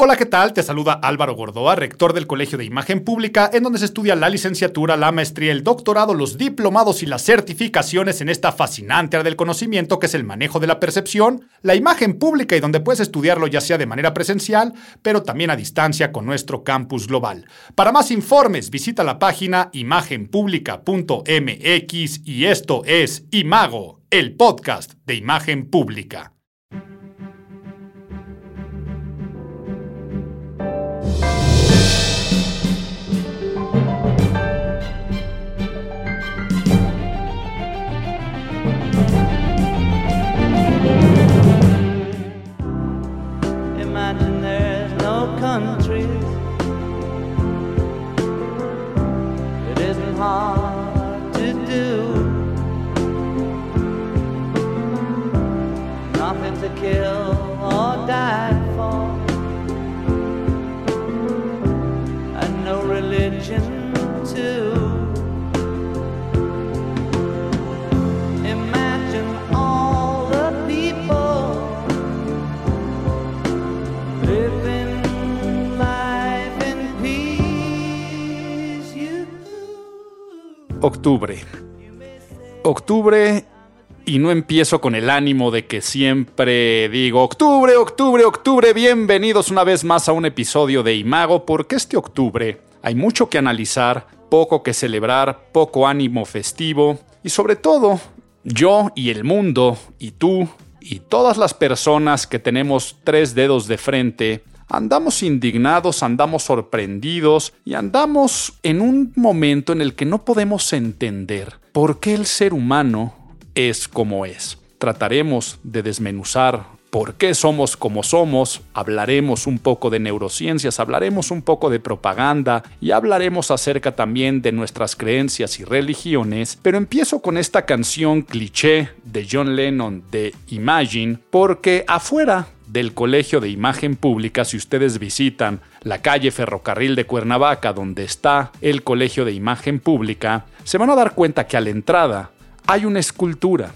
Hola, ¿qué tal? Te saluda Álvaro Gordoa, rector del Colegio de Imagen Pública, en donde se estudia la licenciatura, la maestría, el doctorado, los diplomados y las certificaciones en esta fascinante área del conocimiento que es el manejo de la percepción, la imagen pública, y donde puedes estudiarlo ya sea de manera presencial, pero también a distancia con nuestro campus global. Para más informes, visita la página imagenpublica.mx y esto es Imago, el podcast de Imagen Pública. Imagine there's no countries. It isn't hard to do. Nothing to kill or die for, and no religion too. Imagine all the people living life in peace. Octubre, y no empiezo con el ánimo de que siempre digo octubre, bienvenidos una vez más a un episodio de Imago, porque este octubre hay mucho que analizar, poco que celebrar, poco ánimo festivo, y sobre todo, yo y el mundo, y tú, y todas las personas que tenemos 3 dedos de frente, andamos indignados, andamos sorprendidos y andamos en un momento en el que no podemos entender por qué el ser humano es como es. Trataremos de desmenuzar por qué somos como somos, hablaremos un poco de neurociencias, hablaremos un poco de propaganda y hablaremos acerca también de nuestras creencias y religiones, pero empiezo con esta canción cliché de John Lennon de Imagine, porque afuera del Colegio de Imagen Pública, si ustedes visitan la calle Ferrocarril de Cuernavaca, donde está el Colegio de Imagen Pública, se van a dar cuenta que a la entrada hay una escultura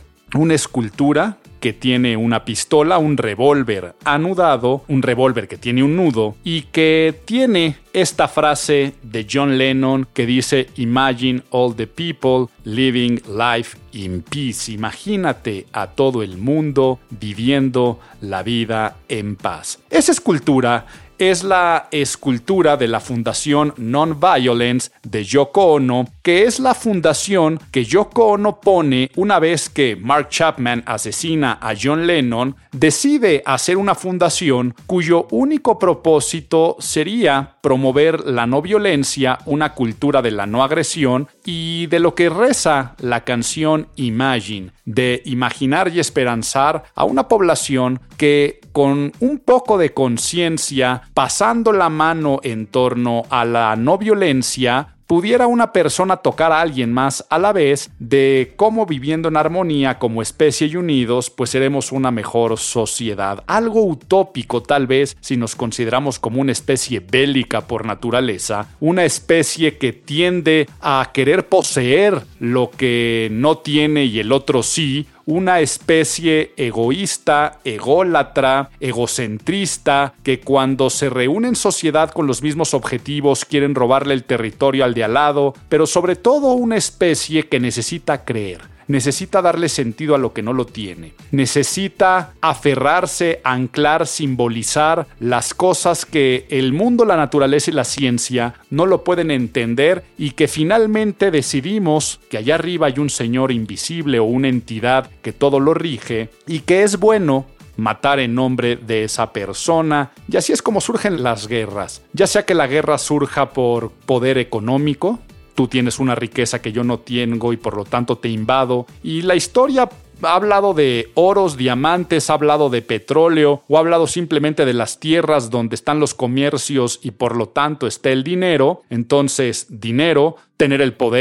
que tiene una pistola, un revólver anudado, un revólver que tiene un nudo y que tiene esta frase de John Lennon que dice "Imagine all the people living life in peace". Imagínate a todo el mundo viviendo la vida en paz. Esa escultura es la escultura de la Fundación Non-Violence de Yoko Ono, que es la fundación que Yoko Ono pone una vez que Mark Chapman asesina a John Lennon. Decide hacer una fundación cuyo único propósito sería promover la no violencia, una cultura de la no agresión y de lo que reza la canción Imagine, de imaginar y esperanzar a una población que con un poco de conciencia, pasando la mano en torno a la no violencia, pudiera una persona tocar a alguien más a la vez, de cómo viviendo en armonía como especie y unidos, pues seremos una mejor sociedad. Algo utópico tal vez si nos consideramos como una especie bélica por naturaleza, una especie que tiende a querer poseer lo que no tiene y el otro sí, una especie egoísta, ególatra, egocentrista, que cuando se reúne en sociedad con los mismos objetivos quieren robarle el territorio al de al lado, pero sobre todo una especie que necesita creer. Necesita darle sentido a lo que no lo tiene. Necesita aferrarse, anclar, simbolizar las cosas que el mundo, la naturaleza y la ciencia no lo pueden entender, y que finalmente decidimos que allá arriba hay un señor invisible o una entidad que todo lo rige y que es bueno matar en nombre de esa persona. Y así es como surgen las guerras. Ya sea que la guerra surja por poder económico, tú tienes una riqueza que yo no tengo y por lo tanto te invado. Y la historia ha hablado de oros, diamantes, ha hablado de petróleo o ha hablado simplemente de las tierras donde están los comercios y por lo tanto está el dinero. Entonces, dinero, tener el poder,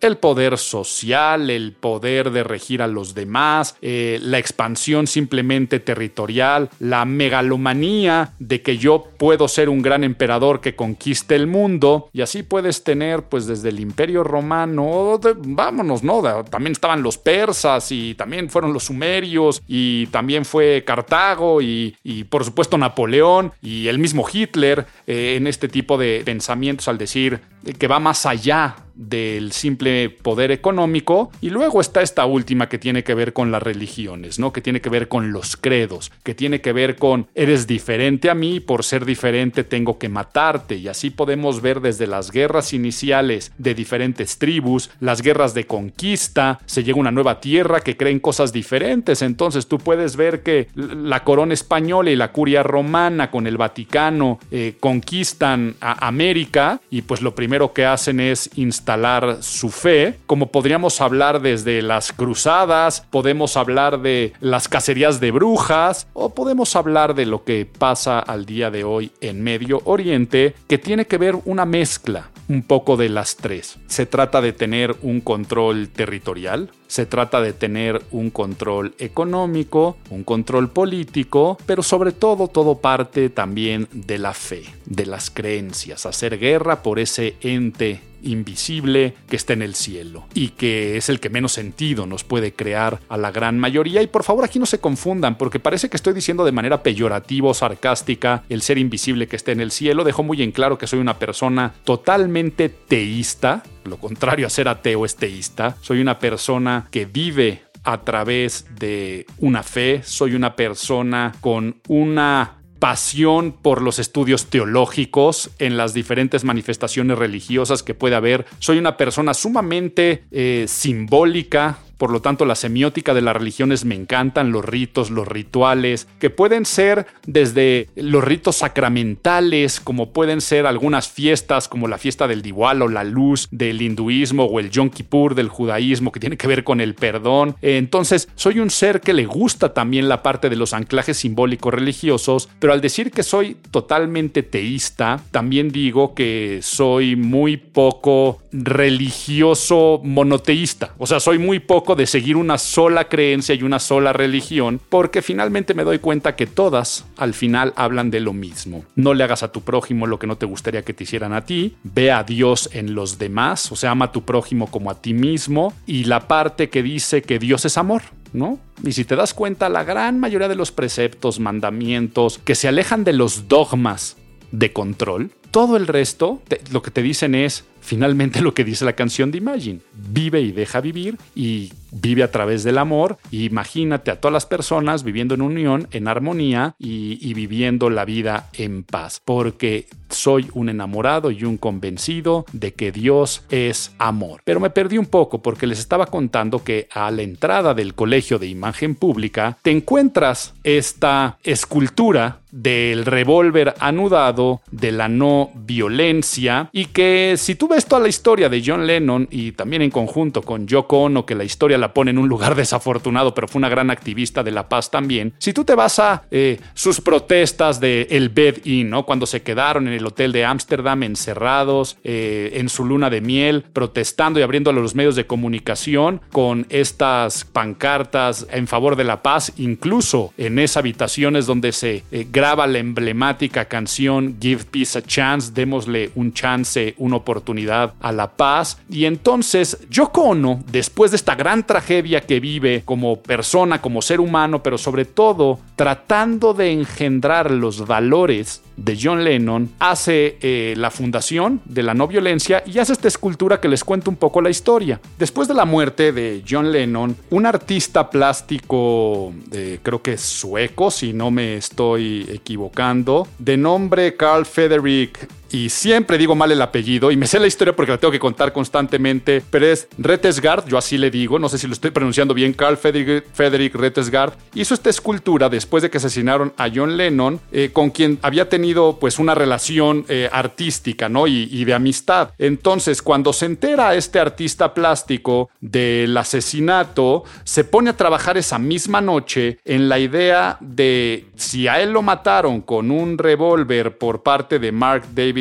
el poder social, el poder de regir a los demás, la expansión simplemente territorial, la megalomanía de que yo puedo ser un gran emperador que conquiste el mundo, y así puedes tener pues desde el Imperio Romano, vámonos, ¿no? También estaban los persas y también fueron los sumerios y también fue Cartago y por supuesto Napoleón y el mismo Hitler en este tipo de pensamientos al decir que va más allá del simple poder económico. Y luego está esta última que tiene que ver con las religiones, ¿no? Que tiene que ver con los credos, que tiene que ver con eres diferente a mí, por ser diferente tengo que matarte. Y así podemos ver desde las guerras iniciales de diferentes tribus, las guerras de conquista, se llega a una nueva tierra que creen cosas diferentes. Entonces tú puedes ver que la corona española y la curia romana con el Vaticano conquistan a América, y pues lo primero que hacen es instalar su fe, como podríamos hablar desde las cruzadas, podemos hablar de las cacerías de brujas, o podemos hablar de lo que pasa al día de hoy en Medio Oriente, que tiene que ver una mezcla un poco de las tres. Se trata de tener un control territorial, se trata de tener un control económico, un control político, pero sobre todo parte también de la fe, de las creencias, hacer guerra por ese ente invisible que está en el cielo y que es el que menos sentido nos puede crear a la gran mayoría. Y por favor, aquí no se confundan, porque parece que estoy diciendo de manera peyorativa o sarcástica el ser invisible que está en el cielo. Dejo muy en claro que soy una persona totalmente teísta. Lo contrario a ser ateo es teísta. Soy una persona que vive a través de una fe. Soy una persona con una pasión por los estudios teológicos en las diferentes manifestaciones religiosas que puede haber. Soy una persona sumamente simbólica. Por lo tanto, la semiótica de las religiones me encantan, los ritos, los rituales, que pueden ser desde los ritos sacramentales, como pueden ser algunas fiestas, como la fiesta del Diwali o la luz del hinduismo, o el Yom Kippur del judaísmo, que tiene que ver con el perdón. Entonces, soy un ser que le gusta también la parte de los anclajes simbólicos religiosos, pero al decir que soy totalmente teísta, también digo que soy muy poco religioso monoteísta. O sea, soy muy poco de seguir una sola creencia y una sola religión, porque finalmente me doy cuenta que todas al final hablan de lo mismo. No le hagas a tu prójimo lo que no te gustaría que te hicieran a ti, ve a Dios en los demás, o sea, ama a tu prójimo como a ti mismo, y la parte que dice que Dios es amor, ¿no? Y si te das cuenta, la gran mayoría de los preceptos, mandamientos que se alejan de los dogmas de control, todo el resto lo que te dicen es finalmente lo que dice la canción de Imagine: vive y deja vivir, y vive a través del amor. Y imagínate a todas las personas viviendo en unión, en armonía y viviendo la vida en paz, porque soy un enamorado y un convencido de que Dios es amor. Pero me perdí un poco porque les estaba contando que a la entrada del Colegio de Imagen Pública te encuentras esta escultura del revólver anudado, de la no violencia, y que si tú ves toda la historia de John Lennon y también en conjunto con Yoko Ono, que la historia la pone en un lugar desafortunado, pero fue una gran activista de la paz también, si tú te vas a sus protestas de el Bed-In, ¿no? Cuando se quedaron en el hotel de Ámsterdam encerrados en su luna de miel, protestando y abriendo a los medios de comunicación con estas pancartas en favor de la paz, incluso en esas habitaciones donde se graba la emblemática canción Give Peace a Chance, démosle un chance, una oportunidad a la paz. Y entonces Yoko Ono, después de esta gran tragedia que vive como persona, como ser humano, pero sobre todo tratando de engendrar los valores de John Lennon, hace la fundación de la no violencia y hace esta escultura que les cuento un poco la historia. Después de la muerte de John Lennon, un artista plástico, creo que es sueco, si no me estoy equivocando, de nombre Carl Fredrik, y siempre digo mal el apellido, y me sé la historia porque la tengo que contar constantemente, pero es Retesgaard, yo así le digo, no sé si lo estoy pronunciando bien, Carl Fredrik Retesgaard, hizo esta escultura después de que asesinaron a John Lennon, con quien había tenido pues una relación artística, ¿no? Y de amistad. Entonces, cuando se entera este artista plástico del asesinato, se pone a trabajar esa misma noche en la idea de si a él lo mataron con un revólver por parte de Mark David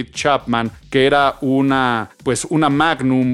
David Chapman, que era una Magnum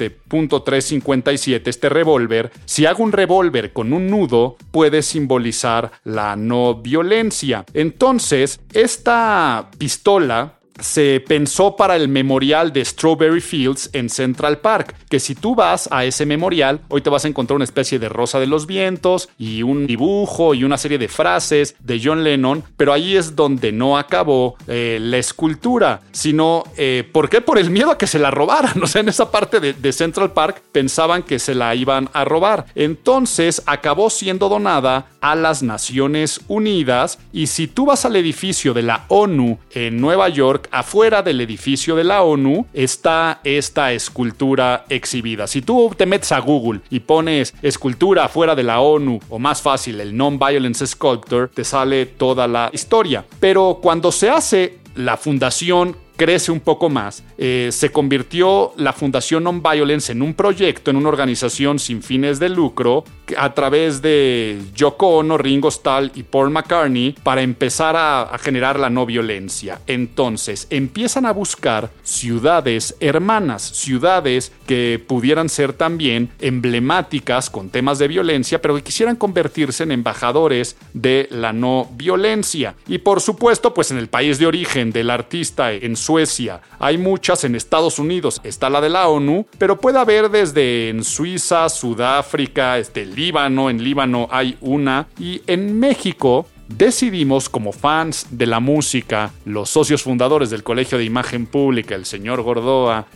.357, este revólver. Si hago un revólver con un nudo, puede simbolizar la no violencia. Entonces, esta pistola se pensó para el memorial de Strawberry Fields en Central Park, que si tú vas a ese memorial, hoy te vas a encontrar una especie de rosa de los vientos y un dibujo y una serie de frases de John Lennon, pero ahí es donde no acabó la escultura, sino, ¿por qué? Por el miedo a que se la robaran. O sea, en esa parte de Central Park pensaban que se la iban a robar. Entonces acabó siendo donada a las Naciones Unidas, y si tú vas al edificio de la ONU en Nueva York, afuera del edificio de la ONU está esta escultura exhibida. Si tú te metes a Google y pones escultura afuera de la ONU, o más fácil, el Non-Violence Sculpture, te sale toda la historia. Pero cuando se hace la fundación, crece un poco más, se convirtió la Fundación Non-Violence en un proyecto, en una organización sin fines de lucro, a través de Yoko Ono, Ringo Starr y Paul McCartney, para empezar a generar la no violencia. Entonces empiezan a buscar ciudades hermanas, ciudades que pudieran ser también emblemáticas con temas de violencia, pero que quisieran convertirse en embajadores de la no violencia. Y por supuesto, pues en el país de origen del artista, en Suecia, hay muchas. En Estados Unidos está la de la ONU, pero puede haber desde en Suiza, Sudáfrica, Líbano. En Líbano hay una, y en México decidimos, como fans de la música, los socios fundadores del Colegio de Imagen Pública, el señor Gordoa,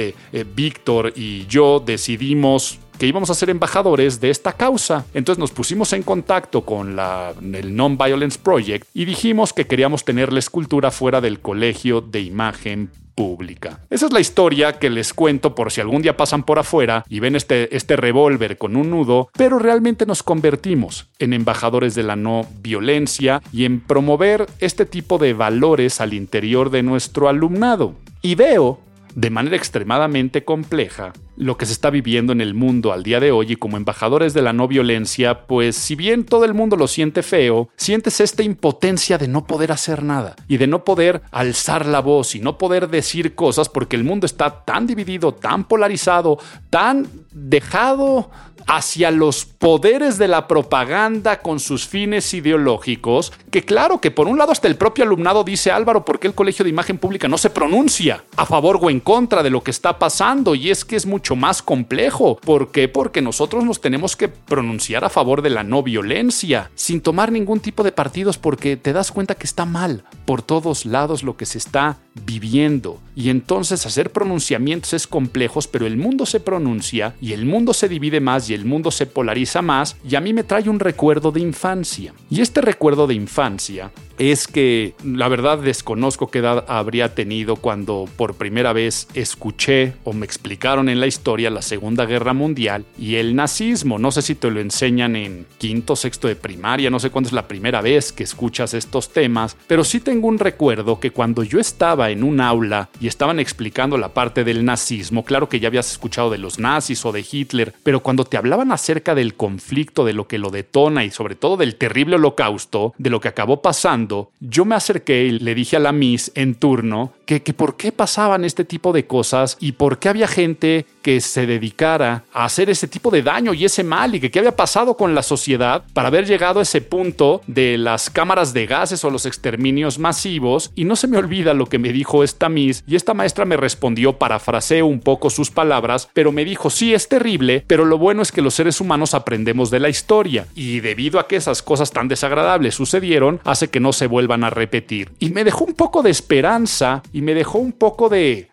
Víctor y yo, decidimos que íbamos a ser embajadores de esta causa. Entonces nos pusimos en contacto con el Non-Violence Project y dijimos que queríamos tener la escultura fuera del Colegio de Imagen Pública. Esa es la historia que les cuento por si algún día pasan por afuera y ven este revólver con un nudo, pero realmente nos convertimos en embajadores de la no violencia y en promover este tipo de valores al interior de nuestro alumnado. Y veo de manera extremadamente compleja lo que se está viviendo en el mundo al día de hoy, y como embajadores de la no violencia, pues si bien todo el mundo lo siente feo, sientes esta impotencia de no poder hacer nada y de no poder alzar la voz y no poder decir cosas, porque el mundo está tan dividido, tan polarizado, tan dejado hacia los poderes de la propaganda con sus fines ideológicos, que claro que por un lado hasta el propio alumnado dice: Álvaro, ¿por qué el Colegio de Imagen Pública no se pronuncia a favor o en contra de lo que está pasando? Y es que es mucho más complejo. ¿Por qué? Porque nosotros nos tenemos que pronunciar a favor de la no violencia, sin tomar ningún tipo de partidos, porque te das cuenta que está mal por todos lados lo que se está viviendo. Y entonces hacer pronunciamientos es complejo, pero el mundo se pronuncia y el mundo se divide más y el mundo se polariza más, y a mí me trae un recuerdo de infancia. Y este recuerdo de infancia es que la verdad desconozco qué edad habría tenido cuando por primera vez escuché o me explicaron en la historia la Segunda Guerra Mundial y el nazismo. No sé si te lo enseñan en quinto, sexto de primaria, no sé cuándo es la primera vez que escuchas estos temas, pero sí tengo un recuerdo que cuando yo estaba en un aula y estaban explicando la parte del nazismo, claro que ya habías escuchado de los nazis o de Hitler, pero cuando te hablaban acerca del conflicto, de lo que lo detona y sobre todo del terrible holocausto, de lo que acabó pasando, yo me acerqué y le dije a la Miss en turno que por qué pasaban este tipo de cosas y por qué había gente que se dedicara a hacer ese tipo de daño y ese mal, y que qué había pasado con la sociedad para haber llegado a ese punto de las cámaras de gases o los exterminios masivos. Y no se me olvida lo que me dijo esta Miss, y esta maestra me respondió, parafraseo un poco sus palabras, pero me dijo: sí, es terrible, pero lo bueno es que los seres humanos aprendemos de la historia, y debido a que esas cosas tan desagradables sucedieron, hace que no se vuelvan a repetir. Y me dejó un poco de esperanza y me dejó un poco de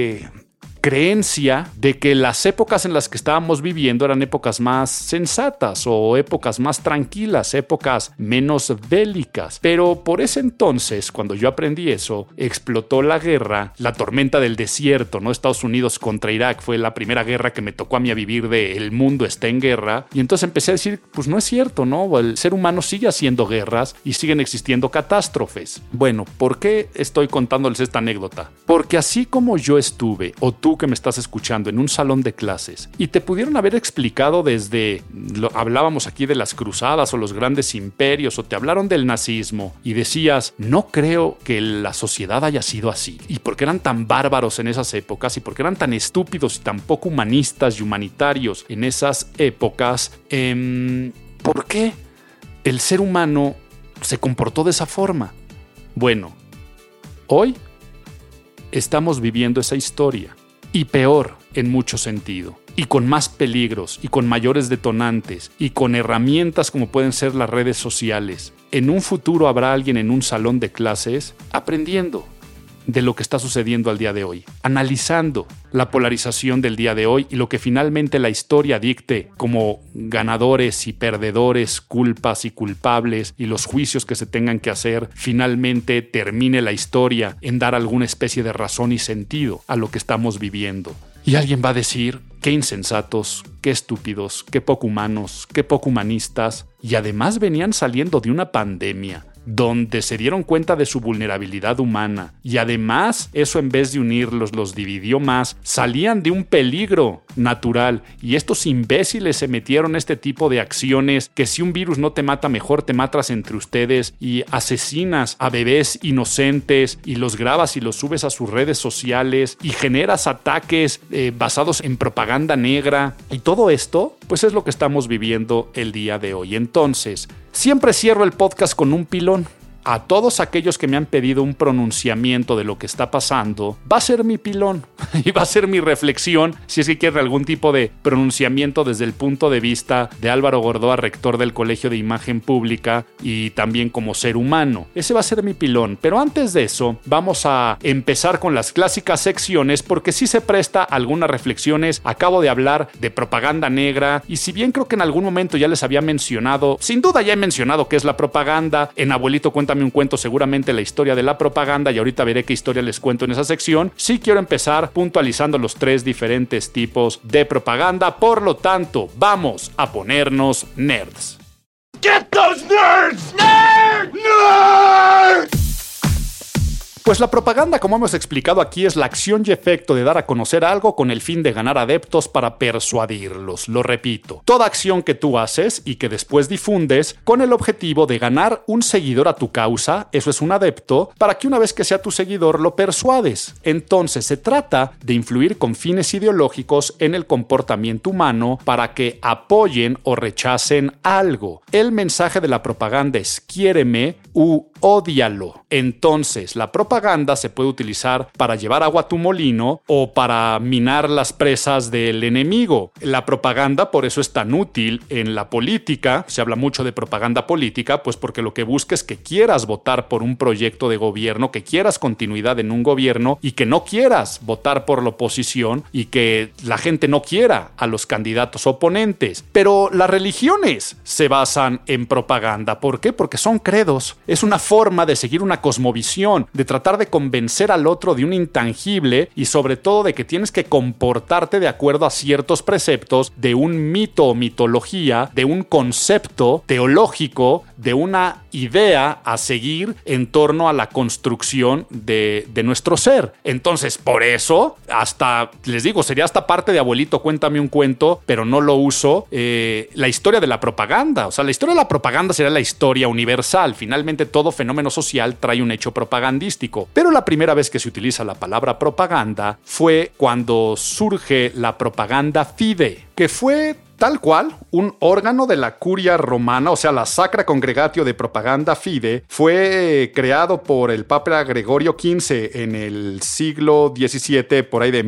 creencia de que las épocas en las que estábamos viviendo eran épocas más sensatas o épocas más tranquilas, épocas menos bélicas. Pero por ese entonces, cuando yo aprendí eso, explotó la guerra, la tormenta del desierto, ¿no? Estados Unidos contra Irak fue la primera guerra que me tocó a mí a vivir de el mundo está en guerra. Y entonces empecé a decir, pues no es cierto, ¿no? El ser humano sigue haciendo guerras y siguen existiendo catástrofes. Bueno, ¿por qué estoy contándoles esta anécdota? Porque así como yo estuve, o tú tú que me estás escuchando en un salón de clases y te pudieron haber explicado desde, hablábamos aquí de las cruzadas o los grandes imperios, o te hablaron del nazismo y decías, no creo que la sociedad haya sido así, y por qué eran tan bárbaros en esas épocas y por qué eran tan estúpidos y tan poco humanistas y humanitarios en esas épocas, ¿por qué el ser humano se comportó de esa forma? Bueno, hoy estamos viviendo esa historia, y peor en mucho sentido, y con más peligros, y con mayores detonantes, y con herramientas como pueden ser las redes sociales. En un futuro habrá alguien en un salón de clases aprendiendo de lo que está sucediendo al día de hoy, analizando la polarización del día de hoy y lo que finalmente la historia dicte como ganadores y perdedores, culpas y culpables, y los juicios que se tengan que hacer, finalmente termine la historia en dar alguna especie de razón y sentido a lo que estamos viviendo. Y alguien va a decir, qué insensatos, qué estúpidos, qué poco humanos, qué poco humanistas, y además venían saliendo de una pandemia donde se dieron cuenta de su vulnerabilidad humana, y además eso, en vez de unirlos, los dividió más. Salían de un peligro natural, y estos imbéciles se metieron este tipo de acciones que si un virus no te mata, mejor te matas entre ustedes, y asesinas a bebés inocentes y los grabas y los subes a sus redes sociales y generas ataques basados en propaganda negra, y todo esto pues es lo que estamos viviendo el día de hoy. Entonces, siempre cierro el podcast con un pilón. A todos aquellos que me han pedido un pronunciamiento de lo que está pasando, va a ser mi pilón y va a ser mi reflexión, si es que quiere algún tipo de pronunciamiento desde el punto de vista de Álvaro Gordoa, rector del Colegio de Imagen Pública, y también como ser humano. Ese va a ser mi pilón. Pero antes de eso, vamos a empezar con las clásicas secciones, porque sí se presta algunas reflexiones. Acabo de hablar de propaganda negra, y si bien creo que en algún momento ya les había mencionado, sin duda ya he mencionado qué es la propaganda, en Abuelito Cuéntame un Cuento seguramente la historia de la propaganda, y ahorita veré qué historia les cuento en esa sección. Sí quiero empezar puntualizando los 3 diferentes tipos de propaganda, por lo tanto, vamos a ponernos nerds. Get those nerds! Nerds! Nerds! Pues la propaganda, como hemos explicado aquí, es la acción y efecto de dar a conocer algo con el fin de ganar adeptos para persuadirlos. Lo repito, toda acción que tú haces y que después difundes con el objetivo de ganar un seguidor a tu causa, eso es un adepto, para que una vez que sea tu seguidor lo persuades. Entonces se trata de influir con fines ideológicos en el comportamiento humano para que apoyen o rechacen algo. El mensaje de la propaganda es quiéreme u ódialo. Entonces, la propaganda se puede utilizar para llevar agua a tu molino o para minar las presas del enemigo. La propaganda, por eso es tan útil en la política. Se habla mucho de propaganda política, pues porque lo que busca es que quieras votar por un proyecto de gobierno, que quieras continuidad en un gobierno y que no quieras votar por la oposición y que la gente no quiera a los candidatos oponentes. Pero las religiones se basan en propaganda. ¿Por qué? Porque son credos. Es una forma de seguir una cosmovisión, de tratar de convencer al otro de un intangible y sobre todo de que tienes que comportarte de acuerdo a ciertos preceptos de un mito o mitología, de un concepto teológico, de una idea a seguir en torno a la construcción de nuestro ser. Entonces, por eso, hasta, les digo, sería hasta parte de Abuelito Cuéntame un Cuento, pero no lo uso, la historia de la propaganda. O sea, la historia de la propaganda sería la historia universal. Finalmente, todo fenómeno social trae un hecho propagandístico. Pero la primera vez que se utiliza la palabra propaganda fue cuando surge la propaganda fide, que fue tal cual un órgano de la curia romana, o sea, la Sacra Congregatio de Propaganda Fide, fue creado por el Papa Gregorio XV en el siglo XVII, por ahí de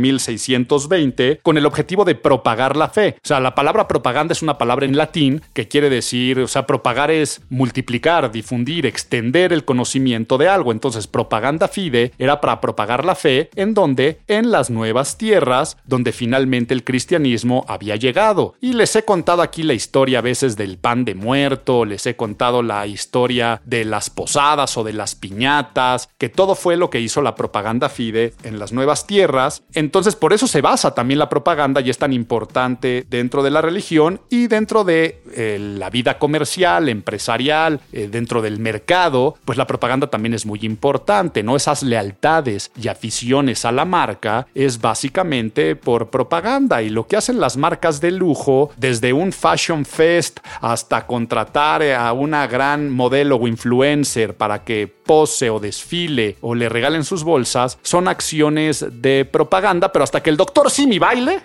1620, con el objetivo de propagar la fe. O sea, la palabra propaganda es una palabra en latín que quiere decir, o sea, propagar es multiplicar, difundir, extender el conocimiento de algo. Entonces, propaganda fide era para propagar la fe, en donde, en las nuevas tierras, donde finalmente el cristianismo había llegado. Y les he contado aquí la historia a veces del pan de muerto, les he contado la historia de las posadas o de las piñatas, que todo fue lo que hizo la propaganda fide en las nuevas tierras. Entonces, por eso se basa también la propaganda y es tan importante dentro de la religión y dentro de la vida comercial, empresarial, dentro del mercado, pues la propaganda también es muy importante, ¿no? Esas lealtades y aficiones a la marca es básicamente por propaganda, y lo que hacen las marcas de lujo, desde un Fashion Fest hasta contratar a una gran modelo o influencer para que pose o desfile o le regalen sus bolsas, son acciones de propaganda, pero hasta que el Dr. Simi baile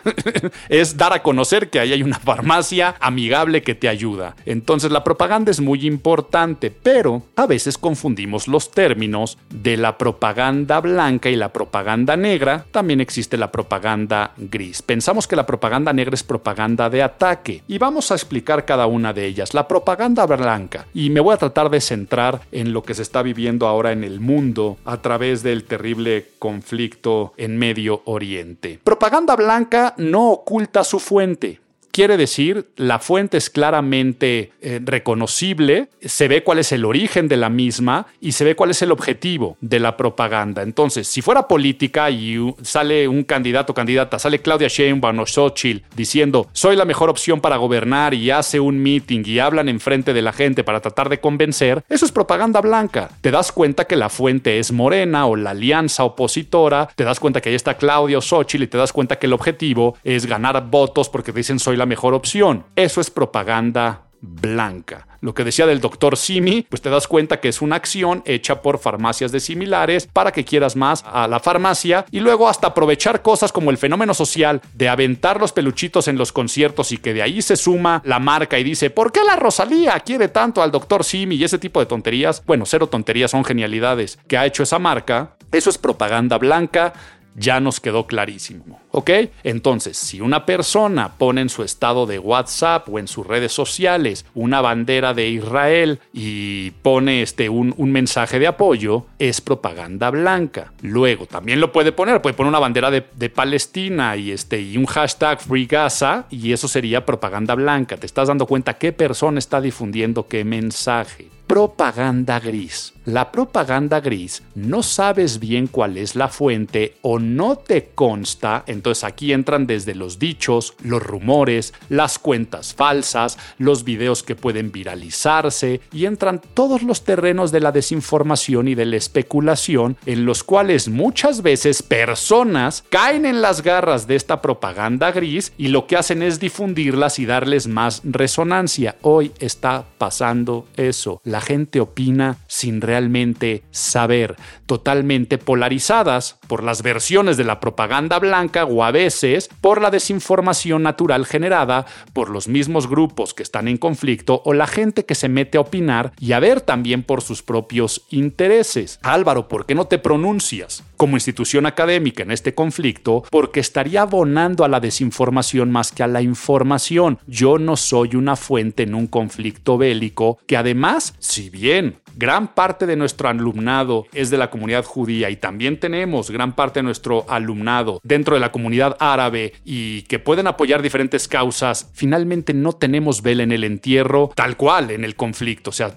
es dar a conocer que ahí hay una farmacia amigable que te ayuda. Entonces la propaganda es muy importante, pero a veces confundimos los términos de la propaganda blanca y la propaganda negra. También existe la propaganda gris. Pensamos que la propaganda negra es propaganda de ataque y vamos a explicar cada una de ellas. La propaganda blanca, y me voy a tratar de centrar en lo que se está viviendo ahora en el mundo a través del terrible conflicto en Medio Oriente. Propaganda blanca no oculta su fuente. Quiere decir, la fuente es claramente reconocible, se ve cuál es el origen de la misma y se ve cuál es el objetivo de la propaganda. Entonces, si fuera política y sale un candidato o candidata, sale Claudia Sheinbaum o Xochitl diciendo soy la mejor opción para gobernar y hace un meeting y hablan enfrente de la gente para tratar de convencer, eso es propaganda blanca. Te das cuenta que la fuente es Morena o la alianza opositora, te das cuenta que ahí está Claudia o Xochitl y te das cuenta que el objetivo es ganar votos porque dicen soy la mejor opción. Eso es propaganda blanca. Lo que decía del Dr. Simi, pues te das cuenta que es una acción hecha por farmacias de similares para que quieras más a la farmacia y luego hasta aprovechar cosas como el fenómeno social de aventar los peluchitos en los conciertos y que de ahí se suma la marca y dice ¿por qué la Rosalía quiere tanto al Dr. Simi? Y ese tipo de tonterías, bueno, cero tonterías, son genialidades que ha hecho esa marca. Eso es propaganda blanca. Ya nos quedó clarísimo, ¿ok? Entonces, si una persona pone en su estado de WhatsApp o en sus redes sociales una bandera de Israel y pone un mensaje de apoyo, es propaganda blanca. Luego, también lo puede poner una bandera de Palestina y un hashtag Free Gaza y eso sería propaganda blanca. Te estás dando cuenta qué persona está difundiendo qué mensaje. Propaganda gris. La propaganda gris no sabes bien cuál es la fuente o no te consta, entonces aquí entran desde los dichos, los rumores, las cuentas falsas, los videos que pueden viralizarse y entran todos los terrenos de la desinformación y de la especulación en los cuales muchas veces personas caen en las garras de esta propaganda gris y lo que hacen es difundirlas y darles más resonancia. Hoy está pasando eso. La gente opina sin realmente saber, totalmente polarizadas por las versiones de la propaganda blanca o a veces por la desinformación natural generada por los mismos grupos que están en conflicto o la gente que se mete a opinar y a ver también por sus propios intereses. Álvaro, ¿por qué no te pronuncias como institución académica en este conflicto? Porque estaría abonando a la desinformación más que a la información. Yo no soy una fuente en un conflicto bélico que además, si bien gran parte de nuestro alumnado es de la comunidad judía y también tenemos gran parte de nuestro alumnado dentro de la comunidad árabe y que pueden apoyar diferentes causas, finalmente no tenemos vela en el entierro tal cual en el conflicto. O sea,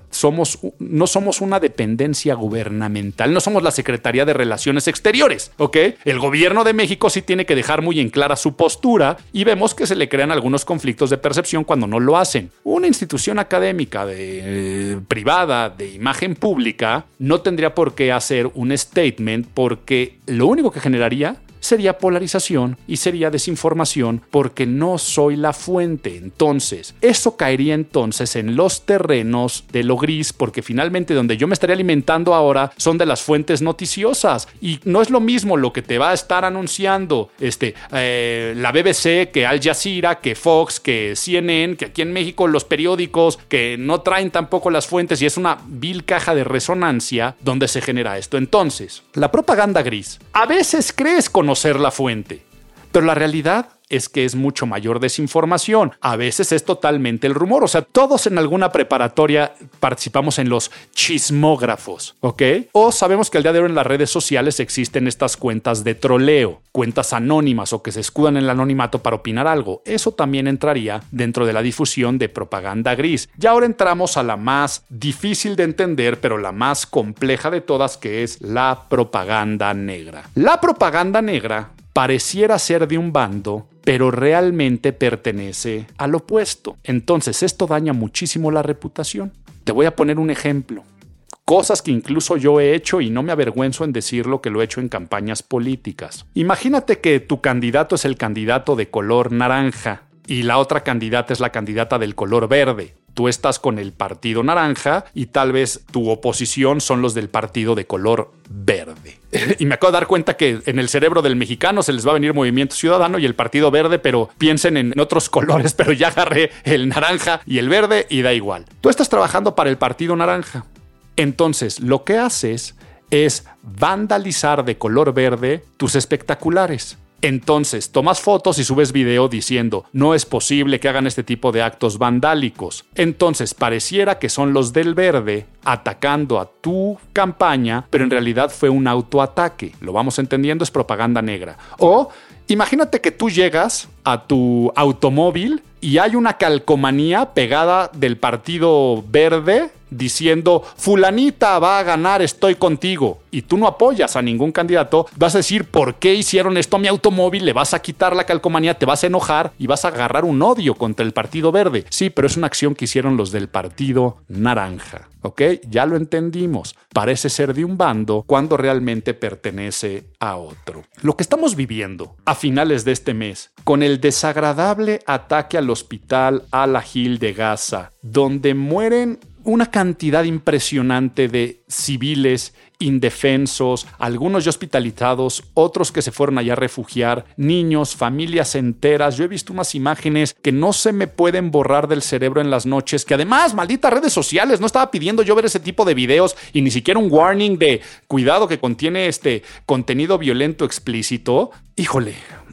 no somos una dependencia gubernamental, no somos la Secretaría de Relaciones Exteriores, ¿ok? El gobierno de México sí tiene que dejar muy en clara su postura y vemos que se le crean algunos conflictos de percepción cuando no lo hacen. Una institución académica privada, de imagen pública, no tendría por qué hacer un statement porque lo único que generaría sería polarización y sería desinformación porque no soy la fuente. Entonces, eso caería entonces en los terrenos de lo gris porque finalmente donde yo me estaría alimentando ahora son de las fuentes noticiosas y no es lo mismo lo que te va a estar anunciando la BBC, que Al Jazeera, que Fox, que CNN, que aquí en México los periódicos que no traen tampoco las fuentes y es una vil caja de resonancia donde se genera esto. Entonces, la propaganda gris, a veces crees conocer la fuente, pero la realidad es que es mucho mayor desinformación. A veces es totalmente el rumor. O sea, todos en alguna preparatoria participamos en los chismógrafos, ¿ok? O sabemos que al día de hoy en las redes sociales existen estas cuentas de troleo, cuentas anónimas o que se escudan en el anonimato para opinar algo. Eso también entraría dentro de la difusión de propaganda gris. Y ahora entramos a la más difícil de entender, pero la más compleja de todas, que es la propaganda negra. La propaganda negra pareciera ser de un bando, pero realmente pertenece al opuesto. Entonces, esto daña muchísimo la reputación. Te voy a poner un ejemplo. Cosas que incluso yo he hecho y no me avergüenzo en decirlo, que lo he hecho en campañas políticas. Imagínate que tu candidato es el candidato de color naranja y la otra candidata es la candidata del color verde. Tú estás con el partido naranja y tal vez tu oposición son los del partido de color verde. Y me acabo de dar cuenta que en el cerebro del mexicano se les va a venir Movimiento Ciudadano y el partido verde, pero piensen en otros colores, pero ya agarré el naranja y el verde y da igual. Tú estás trabajando para el partido naranja. Entonces, lo que haces es vandalizar de color verde tus espectaculares. Entonces, tomas fotos y subes video diciendo, no es posible que hagan este tipo de actos vandálicos. Entonces, pareciera que son los del verde atacando a tu campaña, pero en realidad fue un autoataque. Lo vamos entendiendo, es propaganda negra. O imagínate que tú llegas a tu automóvil y hay una calcomanía pegada del partido verde diciendo, fulanita va a ganar, estoy contigo, y tú no apoyas a ningún candidato, vas a decir, ¿por qué hicieron esto a mi automóvil? Le vas a quitar la calcomanía, te vas a enojar y vas a agarrar un odio contra el partido verde. Sí, pero es una acción que hicieron los del partido naranja, ¿ok? Ya lo entendimos. Parece ser de un bando cuando realmente pertenece a otro. Lo que estamos viviendo a finales de este mes, con el desagradable ataque al hospital Al-Ahil de Gaza, donde mueren una cantidad impresionante de civiles indefensos, algunos ya hospitalizados, otros que se fueron allá a refugiar, niños, familias enteras. Yo he visto unas imágenes que no se me pueden borrar del cerebro en las noches, que además, malditas redes sociales, no estaba pidiendo yo ver ese tipo de videos y ni siquiera un warning de cuidado que contiene contenido violento explícito. Híjole,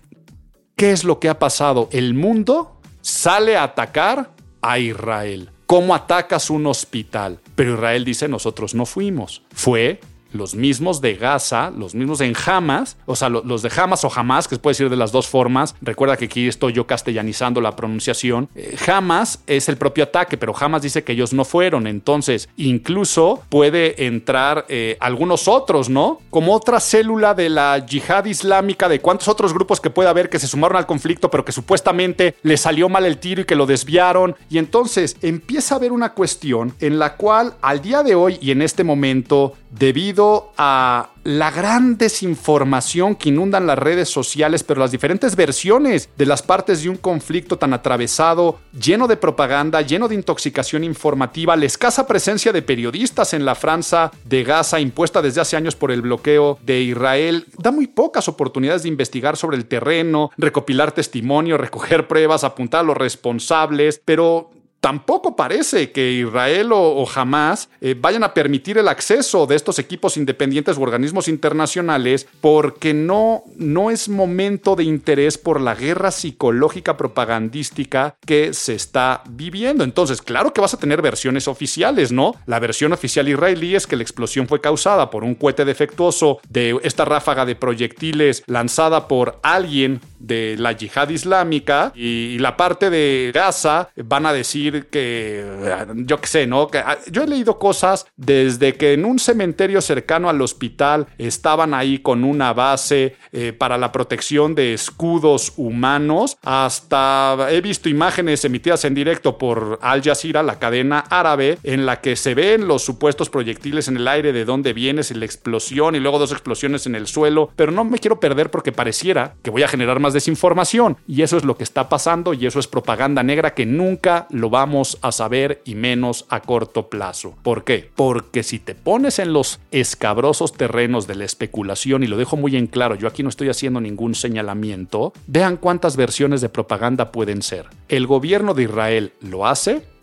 ¿qué es lo que ha pasado? El mundo sale a atacar a Israel. ¿Cómo atacas un hospital? Pero Israel dice, nosotros no fuimos. Fue los mismos de Gaza, los mismos en Hamas, o sea, los de Hamas o Hamas, que se puede decir de las dos formas. Recuerda que aquí estoy yo castellanizando la pronunciación. Hamas es el propio ataque, pero Hamas dice que ellos no fueron. Entonces, incluso puede entrar algunos otros, ¿no? Como otra célula de la yihad islámica, de cuántos otros grupos que puede haber que se sumaron al conflicto, pero que supuestamente les salió mal el tiro y que lo desviaron. Y entonces empieza a haber una cuestión en la cual al día de hoy y en este momento, debido a la gran desinformación que inundan las redes sociales, pero las diferentes versiones de las partes de un conflicto tan atravesado, lleno de propaganda, lleno de intoxicación informativa, la escasa presencia de periodistas en la franja de Gaza impuesta desde hace años por el bloqueo de Israel, da muy pocas oportunidades de investigar sobre el terreno, recopilar testimonio, recoger pruebas, apuntar a los responsables, pero tampoco parece que Israel o Hamas vayan a permitir el acceso de estos equipos independientes u organismos internacionales, porque no es momento de interés por la guerra psicológica propagandística que se está viviendo. Entonces, claro que vas a tener versiones oficiales, ¿no? La versión oficial israelí es que la explosión fue causada por un cohete defectuoso de esta ráfaga de proyectiles lanzada por alguien de la yihad islámica, y la parte de Gaza van a decir que, yo qué sé, ¿no? Que, yo he leído cosas desde que en un cementerio cercano al hospital estaban ahí con una base para la protección de escudos humanos, hasta he visto imágenes emitidas en directo por Al Jazeera, la cadena árabe, en la que se ven los supuestos proyectiles en el aire, de dónde viene, si la explosión y luego 2 explosiones en el suelo, pero no me quiero perder porque pareciera que voy a generar más desinformación, y eso es lo que está pasando, y eso es propaganda negra que nunca lo vamos a saber, y menos a corto plazo. ¿Por qué? Porque si te pones en los escabrosos terrenos de la especulación, y lo dejo muy en claro, yo aquí no estoy haciendo ningún señalamiento, vean cuántas versiones de propaganda pueden ser. El gobierno de Israel lo hace,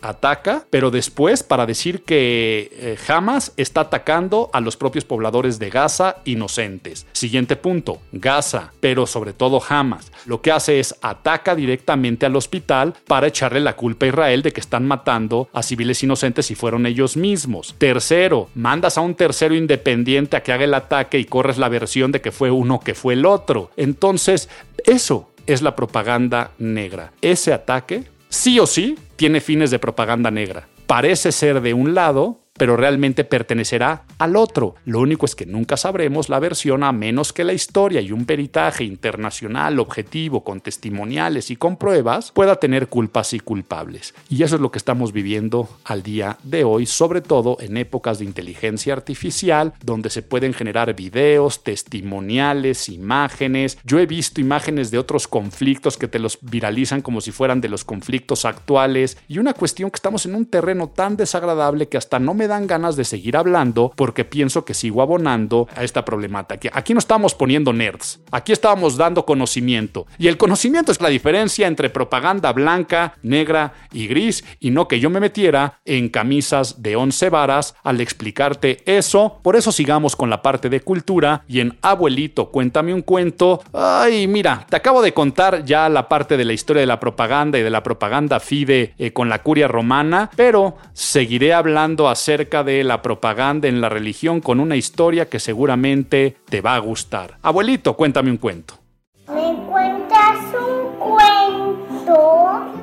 ataca, pero después para decir que Hamas está atacando a los propios pobladores de Gaza inocentes. Siguiente punto, Gaza, pero sobre todo Hamas, lo que hace es ataca directamente al hospital para echarle la culpa a Israel de que están matando a civiles inocentes si fueron ellos mismos. Tercero, mandas a un tercero independiente a que haga el ataque y corres la versión de que fue uno que fue el otro. Entonces, eso es la propaganda negra. Ese ataque, sí o sí, tiene fines de propaganda negra. Parece ser de un lado, pero realmente pertenecerá al otro. Lo único es que nunca sabremos la versión a menos que la historia y un peritaje internacional objetivo con testimoniales y con pruebas pueda tener culpas y culpables. Y eso es lo que estamos viviendo al día de hoy, sobre todo en épocas de inteligencia artificial, donde se pueden generar videos, testimoniales, imágenes. Yo he visto imágenes de otros conflictos que te los viralizan como si fueran de los conflictos actuales, y una cuestión que estamos en un terreno tan desagradable que hasta no me dan ganas de seguir hablando porque pienso que sigo abonando a esta problemática. Aquí no estamos poniendo nerds, aquí estábamos dando conocimiento, y el conocimiento es la diferencia entre propaganda blanca, negra y gris, y no que yo me metiera en camisas de 11 varas al explicarte eso. Por eso sigamos con la parte de cultura, y en Abuelito, cuéntame un cuento. Ay, mira, te acabo de contar ya la parte de la historia de la propaganda y de la propaganda fide con la curia romana, pero seguiré hablando acerca de la propaganda en la religión con una historia que seguramente te va a gustar. Abuelito, cuéntame un cuento. ¿Me cuentas un cuento?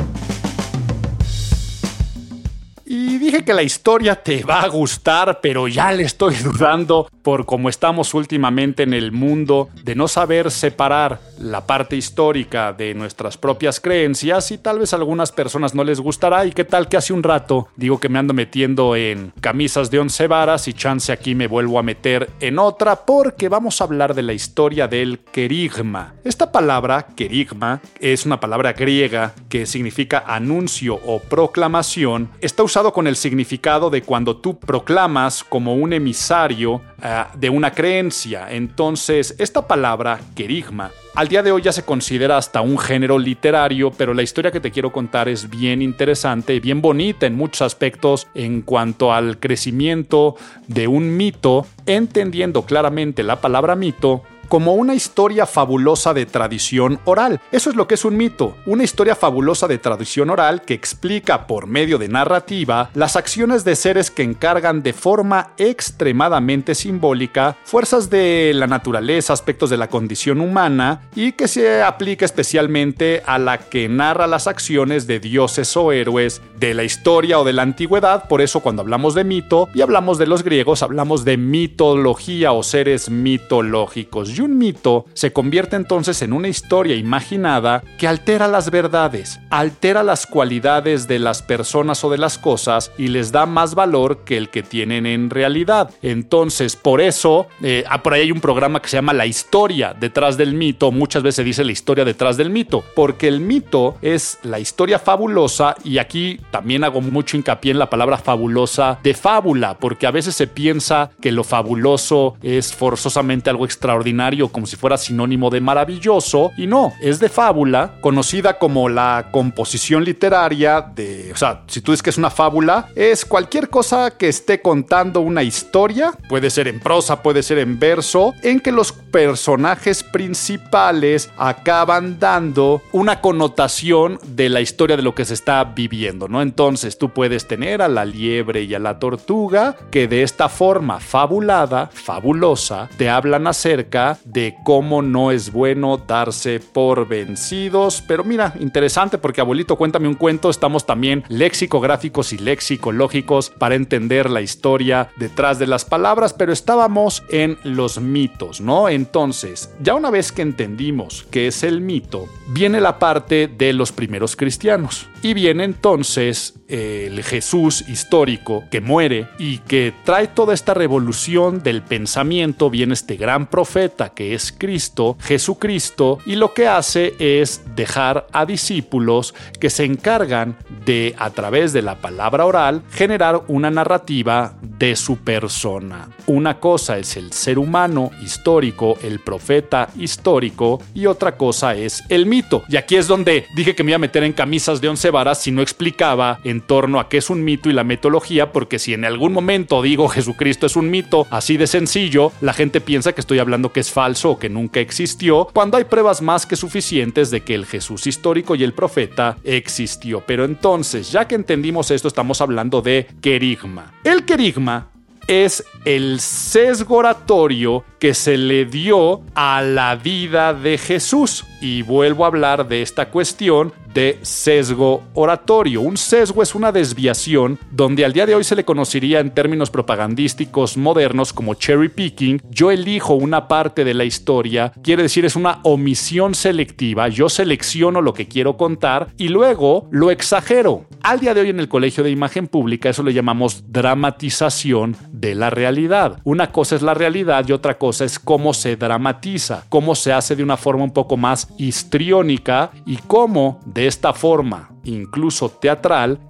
Y dije que la historia te va a gustar, pero ya le estoy dudando por cómo estamos últimamente en el mundo de no saber separar la parte histórica de nuestras propias creencias, y tal vez a algunas personas no les gustará. Y qué tal que hace un rato digo que me ando metiendo en camisas de 11 varas y chance aquí me vuelvo a meter en otra, porque vamos a hablar de la historia del querigma. Esta palabra, querigma, es una palabra griega que significa anuncio o proclamación. Está usado con el significado de cuando tú proclamas como un emisario de una creencia. Entonces, esta palabra, querigma, al día de hoy ya se considera hasta un género literario, pero la historia que te quiero contar es bien interesante, bien bonita en muchos aspectos en cuanto al crecimiento de un mito, entendiendo claramente la palabra mito como una historia fabulosa de tradición oral. Eso es lo que es un mito, una historia fabulosa de tradición oral que explica por medio de narrativa las acciones de seres que encargan de forma extremadamente simbólica fuerzas de la naturaleza, aspectos de la condición humana, y que se aplica especialmente a la que narra las acciones de dioses o héroes de la historia o de la antigüedad. Por eso cuando hablamos de mito y hablamos de los griegos, hablamos de mitología o seres mitológicos. Y un mito se convierte entonces en una historia imaginada que altera las verdades, altera las cualidades de las personas o de las cosas y les da más valor que el que tienen en realidad. Entonces, por eso, por ahí hay un programa que se llama La Historia Detrás del Mito. Muchas veces se dice la historia detrás del mito, porque el mito es la historia fabulosa, y aquí también hago mucho hincapié en la palabra fabulosa de fábula, porque a veces se piensa que lo fabuloso es forzosamente algo extraordinario, como si fuera sinónimo de maravilloso, y no, es de fábula, conocida como la composición literaria de, o sea, si tú dices que es una fábula, es cualquier cosa que esté contando una historia, puede ser en prosa, puede ser en verso, en que los personajes principales acaban dando una connotación de la historia de lo que se está viviendo, ¿no? Entonces tú puedes tener a la liebre y a la tortuga que de esta forma fabulada, fabulosa, te hablan acerca de cómo no es bueno darse por vencidos. Pero mira, interesante, porque Abuelito, cuéntame un cuento, estamos también lexicográficos y lexicológicos para entender la historia detrás de las palabras, pero estábamos en los mitos, ¿no? Entonces, ya una vez que entendimos qué es el mito, viene la parte de los primeros cristianos, y viene entonces el Jesús histórico que muere y que trae toda esta revolución del pensamiento. Viene este gran profeta que es Cristo, Jesucristo, y lo que hace es dejar a discípulos que se encargan de, a través de la palabra oral, generar una narrativa de su persona. Una cosa es el ser humano histórico, el profeta histórico, y otra cosa es el mito. Y aquí es donde dije que me iba a meter en camisas de 11 varas si no explicaba en torno a qué es un mito y la mitología, porque si en algún momento digo Jesucristo es un mito, así de sencillo, la gente piensa que estoy hablando que es falso o que nunca existió, cuando hay pruebas más que suficientes de que el Jesús histórico y el profeta existió. Pero entonces, ya que entendimos esto, estamos hablando de querigma. El querigma es el sesgo oratorio que se le dio a la vida de Jesús. Y vuelvo a hablar de esta cuestión de sesgo oratorio. Un sesgo es una desviación donde al día de hoy se le conocería en términos propagandísticos modernos como cherry picking. Yo elijo una parte de la historia, quiere decir es una omisión selectiva. Yo selecciono lo que quiero contar y luego lo exagero. Al día de hoy en el Colegio de Imagen Pública eso le llamamos dramatización de la realidad. Una cosa es la realidad y otra cosa es cómo se dramatiza, cómo se hace de una forma un poco más histriónica y cómo de esta forma, incluso teatral,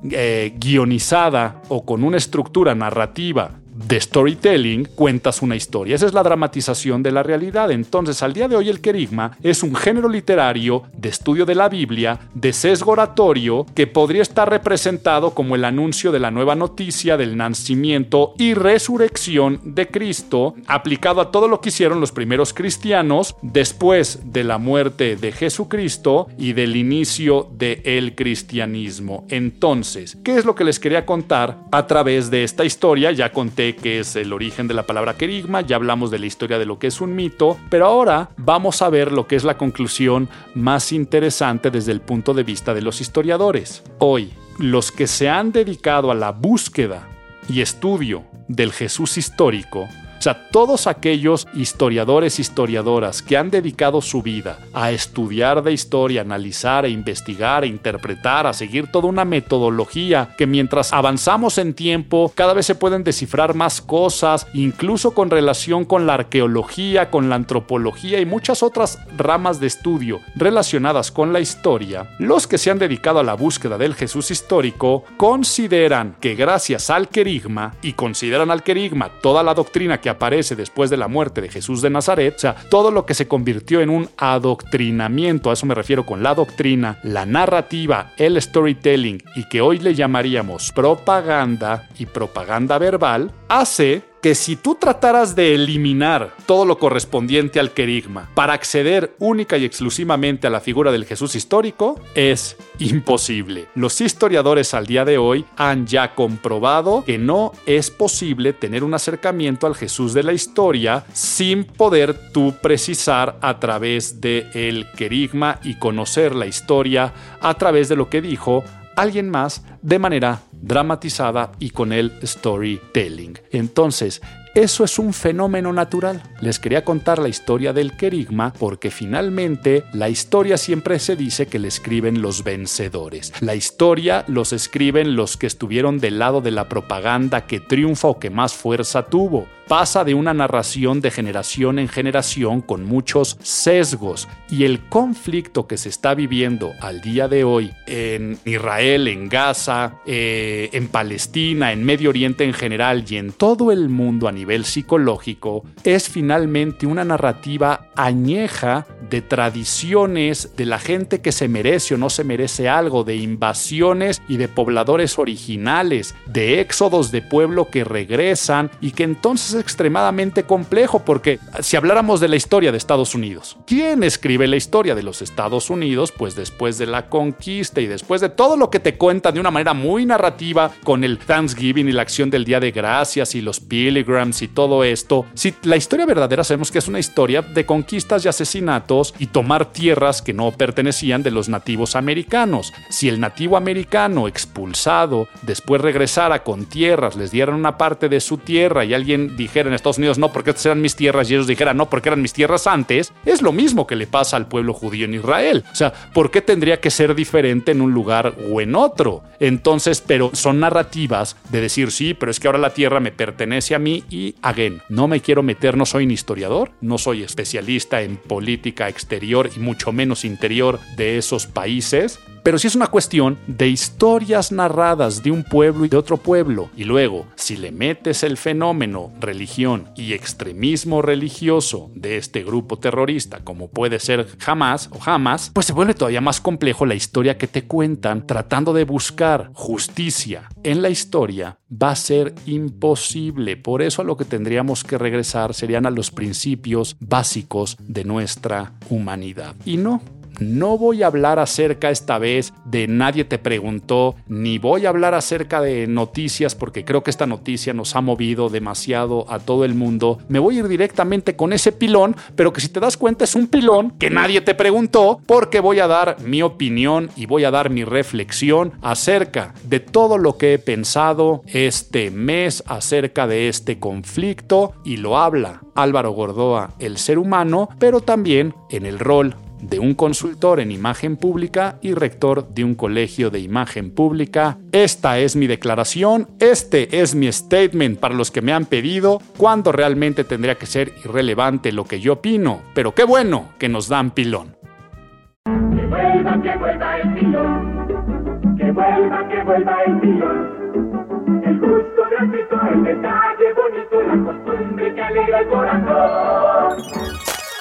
guionizada o con una estructura narrativa de storytelling, cuentas una historia. Esa es la dramatización de la realidad. Entonces, al día de hoy el querigma es un género literario de estudio de la Biblia, de sesgo oratorio, que podría estar representado como el anuncio de la nueva noticia del nacimiento y resurrección de Cristo, aplicado a todo lo que hicieron los primeros cristianos después de la muerte de Jesucristo y del inicio del cristianismo. Entonces, ¿qué es lo que les quería contar a través de esta historia? Ya conté que es el origen de la palabra querigma, ya hablamos de la historia de lo que es un mito, pero ahora vamos a ver lo que es la conclusión más interesante desde el punto de vista de los historiadores. Hoy, los que se han dedicado a la búsqueda y estudio del Jesús histórico, o sea, todos aquellos historiadores, historiadoras que han dedicado su vida a estudiar de historia, analizar, a investigar, a interpretar, a seguir toda una metodología que mientras avanzamos en tiempo cada vez se pueden descifrar más cosas, incluso con relación con la arqueología, con la antropología y muchas otras ramas de estudio relacionadas con la historia. Los que se han dedicado a la búsqueda del Jesús histórico consideran que gracias al querigma, y consideran al querigma toda la doctrina que aparece después de la muerte de Jesús de Nazaret, o sea, todo lo que se convirtió en un adoctrinamiento, a eso me refiero con la doctrina, la narrativa, el storytelling, y que hoy le llamaríamos propaganda y propaganda verbal, hace que si tú trataras de eliminar todo lo correspondiente al querigma para acceder única y exclusivamente a la figura del Jesús histórico, es imposible. Los historiadores al día de hoy han ya comprobado que no es posible tener un acercamiento al Jesús de la historia sin poder tú precisar a través del querigma y conocer la historia a través de lo que dijo alguien más de manera dramatizada y con el storytelling. Entonces, eso es un fenómeno natural. Les quería contar la historia del querigma porque finalmente la historia siempre se dice que le escriben los vencedores. La historia los escriben los que estuvieron del lado de la propaganda que triunfa o que más fuerza tuvo. Pasa de una narración de generación en generación con muchos sesgos y el conflicto que se está viviendo al día de hoy en Israel, en Gaza, en Palestina, en Medio Oriente en general y en todo el mundo a nivel psicológico es finalmente una narrativa añeja de tradiciones de la gente que se merece o no se merece algo, de invasiones y de pobladores originales, de éxodos de pueblo que regresan y que entonces es extremadamente complejo porque si habláramos de la historia de Estados Unidos, ¿quién escribe la historia de los Estados Unidos? Pues después de la conquista y después de todo lo que te cuentan de una manera muy narrativa con el Thanksgiving y la acción del Día de Gracias y los Pilgrims y todo esto, si la historia verdadera sabemos que es una historia de conquistas y asesinatos y tomar tierras que no pertenecían de los nativos americanos. Si el nativo americano expulsado después regresara con tierras, les dieran una parte de su tierra y alguien dijera en Estados Unidos no porque estas eran mis tierras y ellos dijeran no porque eran mis tierras antes, es lo mismo que le pasa al pueblo judío en Israel. O sea, ¿por qué tendría que ser diferente en un lugar o en otro? Entonces, pero son narrativas de decir sí, pero es que ahora la tierra me pertenece a mí y again, no me quiero meter, no soy ni historiador, no soy especialista en política exterior y mucho menos interior de esos países, Pero si es una cuestión de historias narradas de un pueblo y de otro pueblo, y luego, si le metes el fenómeno religión y extremismo religioso de este grupo terrorista, como puede ser Hamas, pues se vuelve todavía más complejo la historia que te cuentan tratando de buscar justicia en la historia. Va a ser imposible. Por eso a lo que tendríamos que regresar serían a los principios básicos de nuestra humanidad. Y no voy a hablar acerca esta vez de Nadie te preguntó, ni voy a hablar acerca de noticias porque creo que esta noticia nos ha movido demasiado a todo el mundo. Me voy a ir directamente con ese pilón, pero que si te das cuenta es un pilón que nadie te preguntó, porque voy a dar mi opinión y voy a dar mi reflexión acerca de todo lo que he pensado este mes acerca de este conflicto, y lo habla Álvaro Gordoa, el ser humano, pero también en el rol de un consultor en imagen pública y rector de un colegio de imagen pública. Esta es mi declaración, este es mi statement para los que me han pedido, cuando realmente tendría que ser irrelevante lo que yo opino, pero qué bueno que nos dan pilón. Que vuelva el pilón. Que vuelva el pilón. El gusto gratuito, el detalle bonito, la costumbre que alegra el corazón.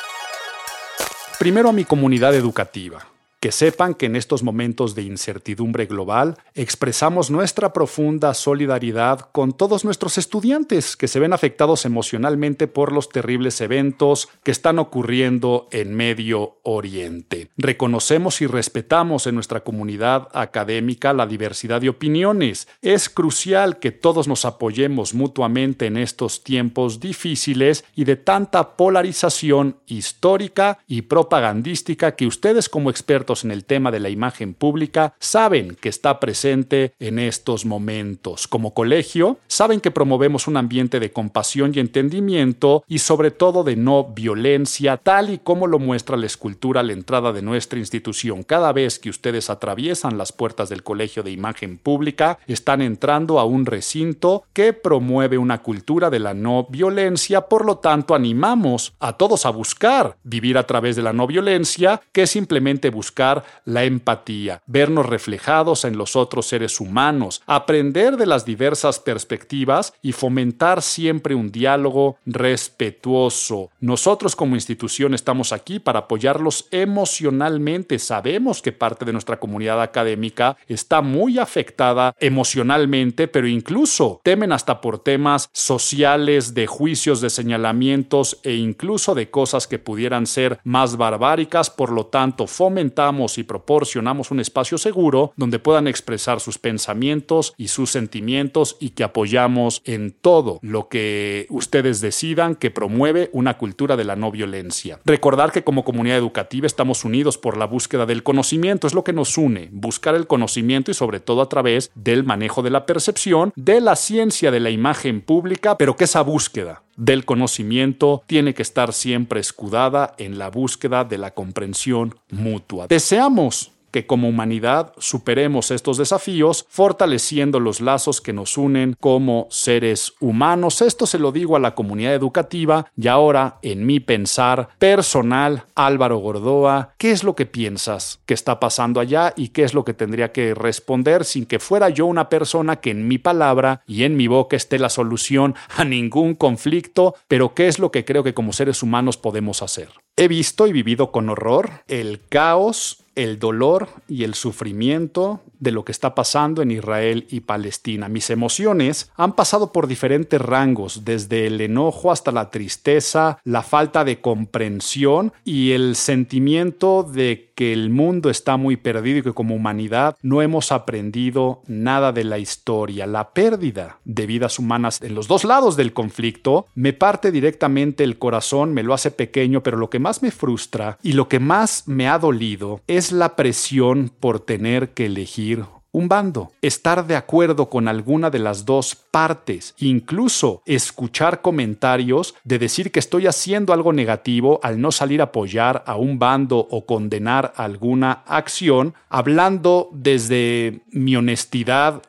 Primero a mi comunidad educativa. Que sepan que en estos momentos de incertidumbre global expresamos nuestra profunda solidaridad con todos nuestros estudiantes que se ven afectados emocionalmente por los terribles eventos que están ocurriendo en Medio Oriente. Reconocemos y respetamos en nuestra comunidad académica la diversidad de opiniones. Es crucial que todos nos apoyemos mutuamente en estos tiempos difíciles y de tanta polarización histórica y propagandística que ustedes como expertos en el tema de la imagen pública saben que está presente en estos momentos. Como colegio, saben que promovemos un ambiente de compasión y entendimiento y sobre todo de no violencia, tal y como lo muestra la escultura a la entrada de nuestra institución. Cada vez que ustedes atraviesan las puertas del Colegio de Imagen Pública, están entrando a un recinto que promueve una cultura de la no violencia. Por lo tanto, animamos a todos a buscar vivir a través de la no violencia, que es simplemente buscar la empatía, vernos reflejados en los otros seres humanos, aprender de las diversas perspectivas y fomentar siempre un diálogo respetuoso. Nosotros como institución estamos aquí para apoyarlos emocionalmente. Sabemos que parte de nuestra comunidad académica está muy afectada emocionalmente, pero incluso temen hasta por temas sociales, de juicios, de señalamientos e incluso de cosas que pudieran ser más barbáricas. Por lo tanto, fomentamos y proporcionamos un espacio seguro donde puedan expresar sus pensamientos y sus sentimientos, y que apoyamos en todo lo que ustedes decidan que promueve una cultura de la no violencia. Recordar que como comunidad educativa estamos unidos por la búsqueda del conocimiento, es lo que nos une, buscar el conocimiento y sobre todo a través del manejo de la percepción, de la ciencia de la imagen pública, pero que esa búsqueda del conocimiento tiene que estar siempre escudada en la búsqueda de la comprensión mutua. Deseamos que como humanidad superemos estos desafíos fortaleciendo los lazos que nos unen como seres humanos. Esto se lo digo a la comunidad educativa. Y ahora, en mi pensar personal, Álvaro Gordoa, ¿qué es lo que piensas que está pasando allá y qué es lo que tendría que responder sin que fuera yo una persona que en mi palabra y en mi boca esté la solución a ningún conflicto? Pero ¿qué es lo que creo que como seres humanos podemos hacer? He visto y vivido con horror el caos, el dolor y el sufrimiento de lo que está pasando en Israel y Palestina. Mis emociones han pasado por diferentes rangos, desde el enojo hasta la tristeza, la falta de comprensión y el sentimiento de que el mundo está muy perdido y que como humanidad no hemos aprendido nada de la historia. La pérdida de vidas humanas en los dos lados del conflicto me parte directamente el corazón, me lo hace pequeño, pero lo que más me frustra y lo que más me ha dolido es la presión por tener que elegir un bando, estar de acuerdo con alguna de las dos partes, incluso escuchar comentarios de decir que estoy haciendo algo negativo al no salir a apoyar a un bando o condenar alguna acción, hablando desde mi honestidad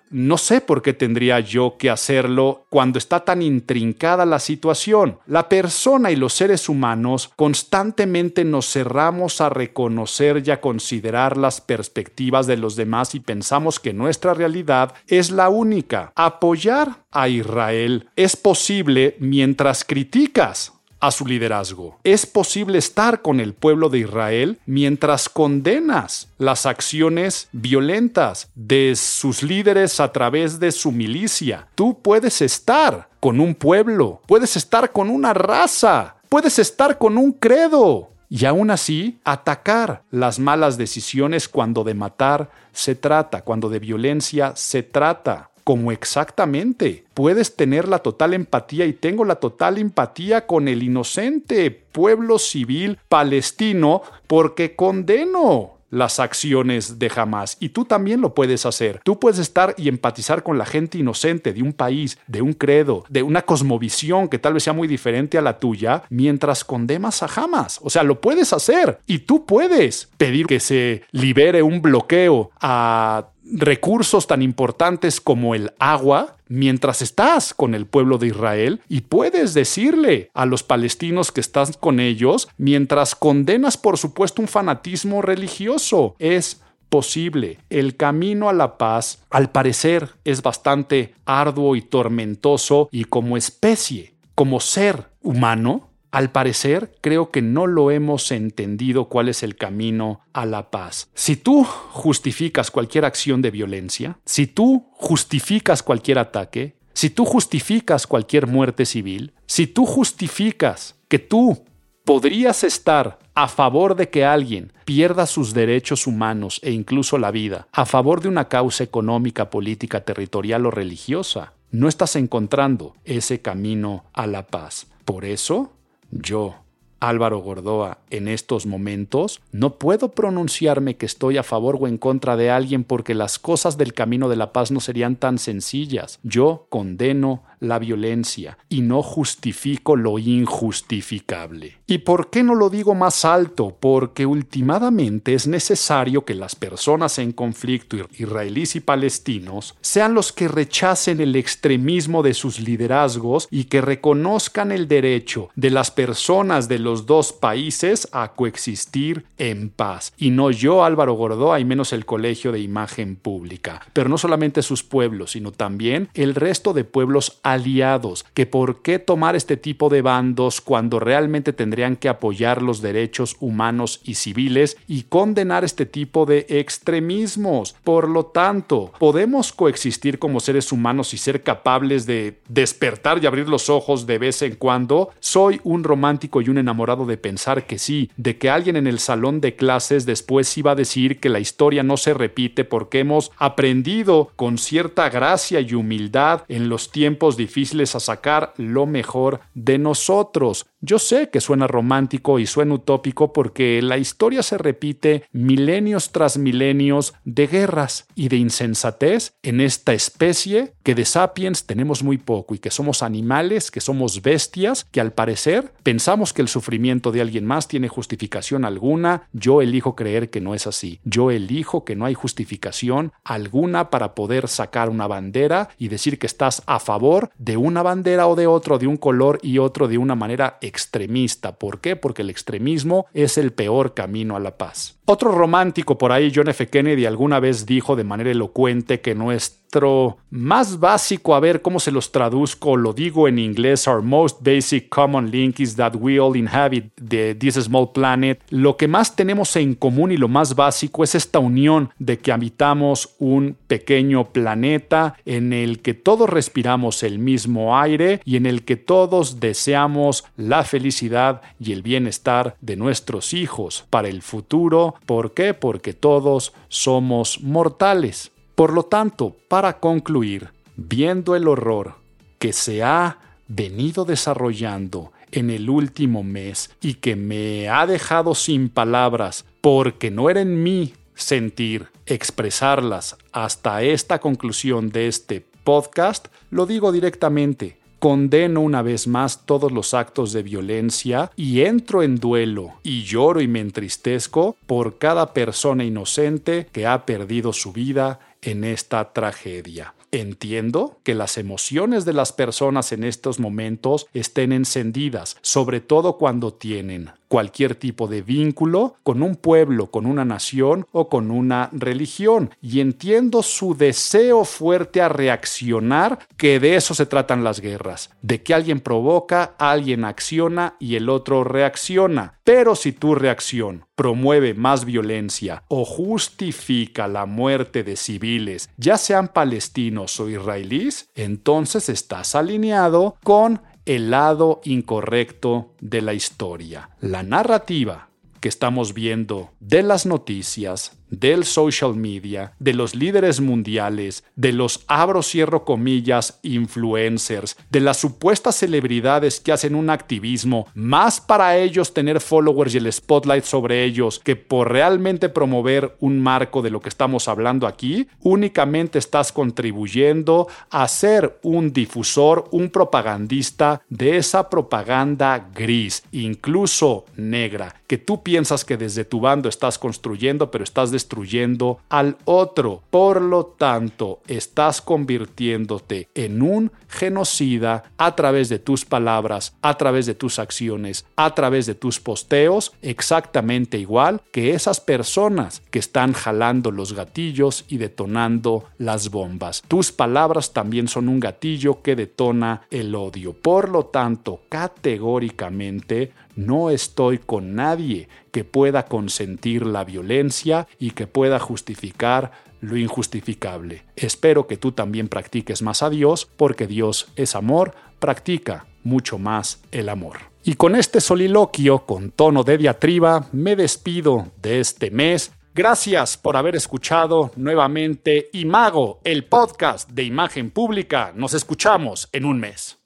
no sé por qué tendría yo que hacerlo cuando está tan intrincada la situación. La persona y los seres humanos constantemente nos cerramos a reconocer y a considerar las perspectivas de los demás y pensamos que nuestra realidad es la única. Apoyar a Israel es posible mientras criticas a su liderazgo. Es posible estar con el pueblo de Israel mientras condenas las acciones violentas de sus líderes a través de su milicia. Tú puedes estar con un pueblo, puedes estar con una raza, puedes estar con un credo y aún así atacar las malas decisiones cuando de matar se trata, cuando de violencia se trata. Como exactamente. Puedes tener la total empatía y tengo la total empatía con el inocente pueblo civil palestino porque condeno las acciones de Hamás. Y tú también lo puedes hacer. Tú puedes estar y empatizar con la gente inocente de un país, de un credo, de una cosmovisión que tal vez sea muy diferente a la tuya, mientras condenas a Hamás. O sea, lo puedes hacer. Y tú puedes pedir que se libere un bloqueo a recursos tan importantes como el agua mientras estás con el pueblo de Israel y puedes decirle a los palestinos que estás con ellos mientras condenas, por supuesto, un fanatismo religioso. Es posible. El camino a la paz, al parecer, es bastante arduo y tormentoso y como especie, como ser humano, al parecer, creo que no lo hemos entendido cuál es el camino a la paz. Si tú justificas cualquier acción de violencia, si tú justificas cualquier ataque, si tú justificas cualquier muerte civil, si tú justificas que tú podrías estar a favor de que alguien pierda sus derechos humanos e incluso la vida, a favor de una causa económica, política, territorial o religiosa, no estás encontrando ese camino a la paz. Por eso, yo, Álvaro Gordoa, en estos momentos, no puedo pronunciarme que estoy a favor o en contra de alguien porque las cosas del camino de la paz no serían tan sencillas. Yo condeno la violencia y no justifico lo injustificable. ¿Y por qué no lo digo más alto? Porque últimamente es necesario que las personas en conflicto, israelíes y palestinos, sean los que rechacen el extremismo de sus liderazgos y que reconozcan el derecho de las personas de los dos países a coexistir en paz. Y no yo, Álvaro Gordoa, y menos el Colegio de Imagen Pública. Pero no solamente sus pueblos, sino también el resto de pueblos aliados, que por qué tomar este tipo de bandos cuando realmente tendrían que apoyar los derechos humanos y civiles y condenar este tipo de extremismos. Por lo tanto, podemos coexistir como seres humanos y ser capaces de despertar y abrir los ojos de vez en cuando. Soy un romántico y un enamorado de pensar que sí, de que alguien en el salón de clases después iba a decir que la historia no se repite porque hemos aprendido con cierta gracia y humildad en los tiempos difíciles a sacar lo mejor de nosotros. Yo sé que suena romántico y suena utópico porque la historia se repite milenios tras milenios de guerras y de insensatez en esta especie que de sapiens tenemos muy poco y que somos animales, que somos bestias, que al parecer pensamos que el sufrimiento de alguien más tiene justificación alguna. Yo elijo creer que no es así. Yo elijo que no hay justificación alguna para poder sacar una bandera y decir que estás a favor de una bandera o de otro, de un color y otro de una manera extremista. ¿Por qué? Porque el extremismo es el peor camino a la paz. Otro romántico por ahí, John F. Kennedy, alguna vez dijo de manera elocuente que nuestro más básico, a ver cómo se los traduzco, lo digo en inglés, our most basic common link is that we all inhabit this small planet. Lo que más tenemos en común y lo más básico es esta unión de que habitamos un pequeño planeta en el que todos respiramos el mismo aire y en el que todos deseamos la felicidad y el bienestar de nuestros hijos para el futuro. ¿Por qué? Porque todos somos mortales. Por lo tanto, para concluir, viendo el horror que se ha venido desarrollando en el último mes y que me ha dejado sin palabras porque no era en mí sentir expresarlas hasta esta conclusión de este podcast, lo digo directamente. Condeno una vez más todos los actos de violencia y entro en duelo y lloro y me entristezco por cada persona inocente que ha perdido su vida en esta tragedia. Entiendo que las emociones de las personas en estos momentos estén encendidas, sobre todo cuando tienen cualquier tipo de vínculo con un pueblo, con una nación o con una religión. Y entiendo su deseo fuerte a reaccionar, que de eso se tratan las guerras, de que alguien provoca, alguien acciona y el otro reacciona. Pero si tu reacción promueve más violencia o justifica la muerte de civiles, ya sean palestinos o israelíes, entonces estás alineado con el lado incorrecto de la historia. La narrativa que estamos viendo de las noticias, del social media, de los líderes mundiales, de los abro-cierro comillas influencers, de las supuestas celebridades que hacen un activismo más para ellos tener followers y el spotlight sobre ellos que por realmente promover un marco de lo que estamos hablando aquí, únicamente estás contribuyendo a ser un difusor, un propagandista de esa propaganda gris, incluso negra, que tú piensas que desde tu bando estás construyendo, pero estás destruyendo al otro. Por lo tanto, estás convirtiéndote en un genocida a través de tus palabras, a través de tus acciones, a través de tus posteos, exactamente igual que esas personas que están jalando los gatillos y detonando las bombas. Tus palabras también son un gatillo que detona el odio. Por lo tanto, categóricamente, no estoy con nadie que pueda consentir la violencia y que pueda justificar lo injustificable. Espero que tú también practiques más a Dios, porque Dios es amor, practica mucho más el amor. Y con este soliloquio con tono de diatriba me despido de este mes. Gracias por haber escuchado nuevamente Imago, el podcast de imagen pública. Nos escuchamos en un mes.